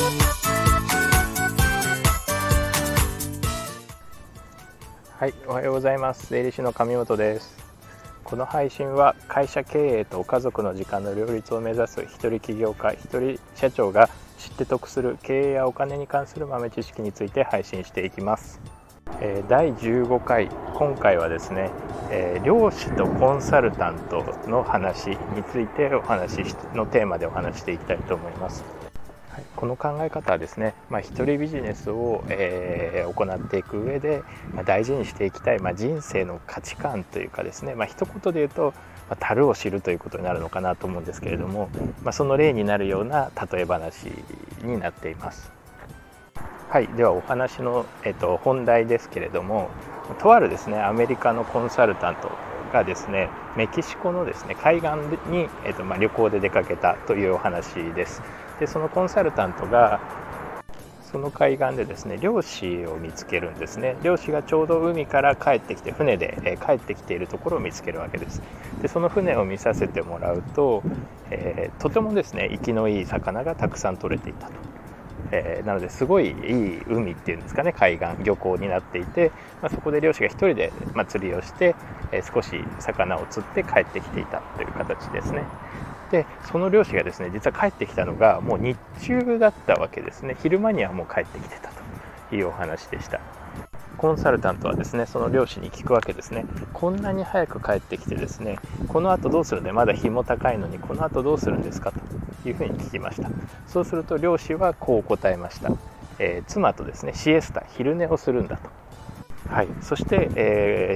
はい、おはようございます。税理士の上本です。この配信は会社経営と家族の時間の両立を目指す一人起業家、一人社長が知って得する経営やお金に関する豆知識について配信していきます。第15回、今回はですね、漁師とコンサルタントの話についてのテーマでお話していきたいと思います。この考え方はですね、一人ビジネスを、行っていく上で、大事にしていきたい、人生の価値観というかですね、一言で言うと、樽を知るということになるのかなと思うんですけれども、その例になるような例え話になっています。はい、ではお話の、本題ですけれども、とあるですねアメリカのコンサルタントがですね、メキシコのですね海岸に、旅行で出かけたというお話です。でそのコンサルタントがその海岸でですね漁師を見つけるんですね。漁師がちょうど海から帰ってきて、船で帰ってきているところを見つけるわけです。でその船を見させてもらうと、とてもですね生きのいい魚がたくさん取れていたと。なのですごいいい海っていうんですかね、海岸漁港になっていて、そこで漁師が一人で、釣りをして、少し魚を釣って帰ってきていたという形ですね。でその漁師がですね実は帰ってきたのがもう日中だったわけですね。昼間にはもう帰ってきてたというお話でした。コンサルタントはですねその漁師に聞くわけですね。こんなに早く帰ってきてですね、この後どうするんで、まだ日も高いのにこの後どうするんですかというふうに聞きました。そうすると漁師はこう答えました。妻とですねシエスタ、昼寝をするんだと。はい、そして、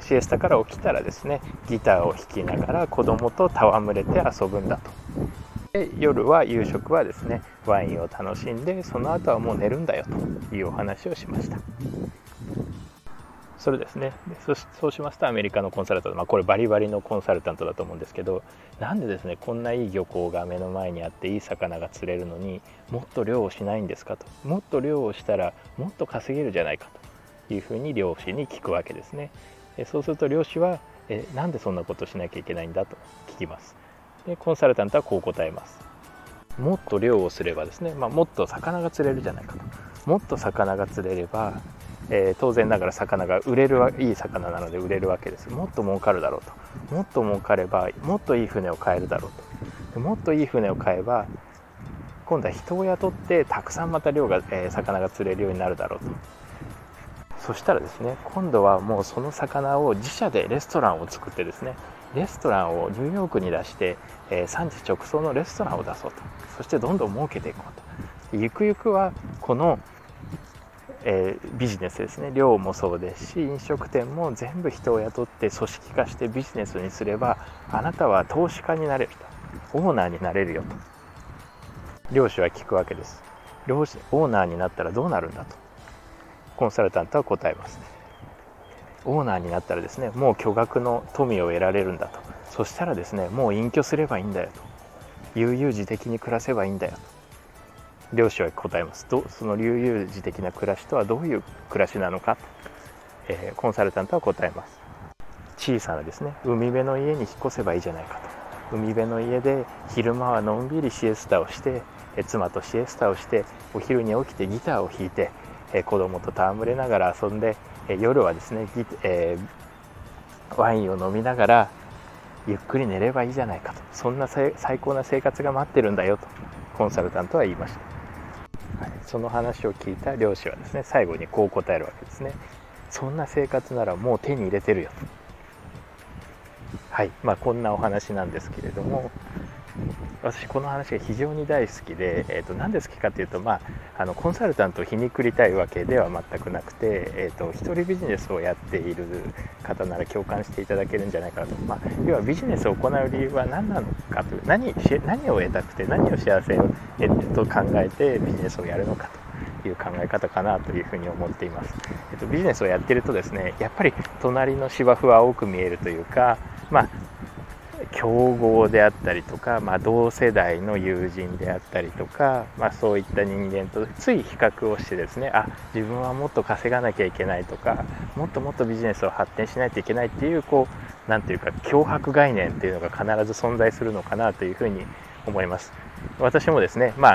シエスタから起きたらですねギターを弾きながら子供と戯れて遊ぶんだと。で夜は夕食はですねワインを楽しんで、その後はもう寝るんだよというお話をしました。それですね。そうしますとアメリカのコンサルタント、これバリバリのコンサルタントだと思うんですけど、なんでですねこんないい漁港が目の前にあっていい魚が釣れるのにもっと漁をしないんですかと。もっと漁をしたらもっと稼げるじゃないかというふうに漁師に聞くわけですね。そうすると漁師はなんでそんなことしなきゃいけないんだと聞きます。でコンサルタントはこう答えます。もっと漁をすればですね、もっと魚が釣れるじゃないかと。もっと魚が釣れれば当然ながら魚が売れる、いい魚なので売れるわけです。もっと儲かるだろうと。もっと儲かればもっといい船を買えるだろうと。もっといい船を買えば今度は人を雇ってたくさんまた魚が釣れるようになるだろうと。そしたらですね今度はもうその魚を自社でレストランを作ってですね、レストランをニューヨークに出して、産地直送のレストランを出そうと。そしてどんどん儲けていこうと。ゆくゆくはこのビジネスですね、寮もそうですし飲食店も全部人を雇って組織化してビジネスにすれば、あなたは投資家になれると、オーナーになれるよと漁師は聞くわけです。オーナーになったらどうなるんだとコンサルタントは答えます。オーナーになったらですねもう巨額の富を得られるんだと。そしたらですねもう隠居すればいいんだよと。悠々自適に暮らせばいいんだよと漁師は答えます。その悠々自適な暮らしとはどういう暮らしなのか、コンサルタントは答えます。小さなですね海辺の家に引っ越せばいいじゃないかと。海辺の家で昼間はのんびりシエスタをして、妻とシエスタをして、お昼に起きてギターを弾いて、子供と戯れながら遊んで、夜はですね、ワインを飲みながらゆっくり寝ればいいじゃないかと。そんな最高な生活が待ってるんだよとコンサルタントは言いました。その話を聞いた漁師はですね最後にこう答えるわけですね。そんな生活ならもう手に入れてるよと。はい、こんなお話なんですけれども、私この話が非常に大好きで、なんで好きかというと、コンサルタントを皮肉りたいわけでは全くなくて、一人ビジネスをやっている方なら共感していただけるんじゃないかなと。要はビジネスを行う理由は何なのかという、何を得たくて何を幸せをと考えてビジネスをやるのかという考え方かなというふうに思っています。ビジネスをやっているとですねやっぱり隣の芝生は青く見えるというか、競合であったりとか、同世代の友人であったりとか、そういった人間とつい比較をしてですね、自分はもっと稼がなきゃいけないとか、もっともっとビジネスを発展しないといけないっていうなんていうか強迫概念っていうのが必ず存在するのかなというふうに思います。私もですね、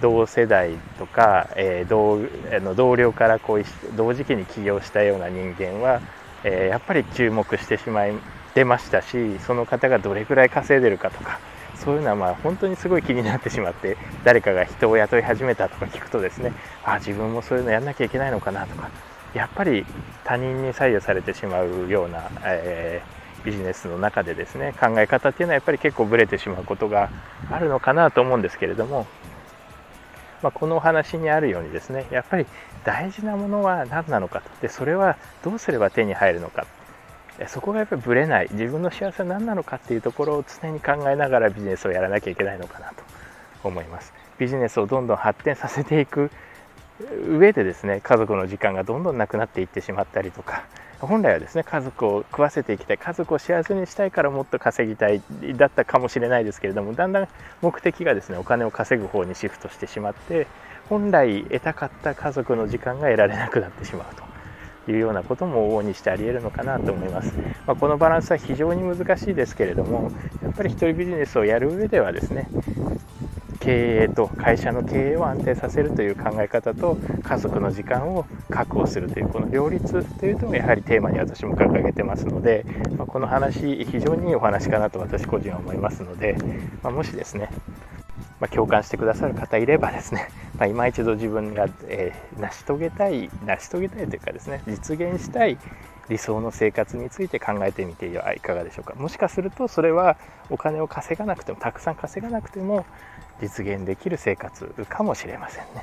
同世代とか、同僚から同時期に起業したような人間は、やっぱり注目してしまってましたし、その方がどれくらい稼いでるかとか、そういうのは本当にすごい気になってしまって、誰かが人を雇い始めたとか聞くとですね、自分もそういうのやんなきゃいけないのかなとか、やっぱり他人に左右されてしまうような、ビジネスの中でですね、考え方っていうのはやっぱり結構ブレてしまうことがあるのかなと思うんですけれども、このお話にあるようにですね、やっぱり大事なものは何なのかと、でそれはどうすれば手に入るのか、そこがやっぱりブレない、自分の幸せは何なのかっていうところを常に考えながらビジネスをやらなきゃいけないのかなと思います。ビジネスをどんどん発展させていく上でですね、家族の時間がどんどんなくなっていってしまったりとか、本来はですね、家族を食わせていきたい、家族を幸せにしたいからもっと稼ぎたいだったかもしれないですけれども、だんだん目的がですね、お金を稼ぐ方にシフトしてしまって、本来得たかった家族の時間が得られなくなってしまうというようなことも往々にしてあり得るのかなと思います。このバランスは非常に難しいですけれども、やっぱり一人ビジネスをやる上ではですね、経営と会社の経営を安定させるという考え方と家族の時間を確保するというこの両立というのをやはりテーマに私も掲げてますので、この話非常にいいお話かなと私個人は思いますので、もしですね、共感してくださる方いればですね、今一度自分が、成し遂げたいというかですね、実現したい理想の生活について考えてみてはいかがでしょうか。もしかするとそれはお金を稼がなくても、たくさん稼がなくても実現できる生活かもしれませんね。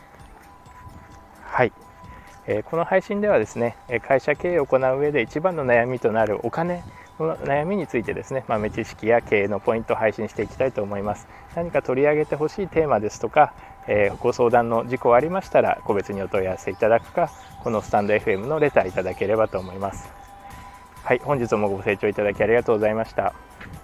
はい、この配信ではですね、会社経営を行う上で一番の悩みとなるお金の悩みについてですね、豆知識や経営のポイントを配信していきたいと思います。何か取り上げてほしいテーマですとか、ご相談の事項ありましたら個別にお問い合わせいただくか、このスタンド FM のレターいただければと思います。はい、本日もご清聴いただきありがとうございました。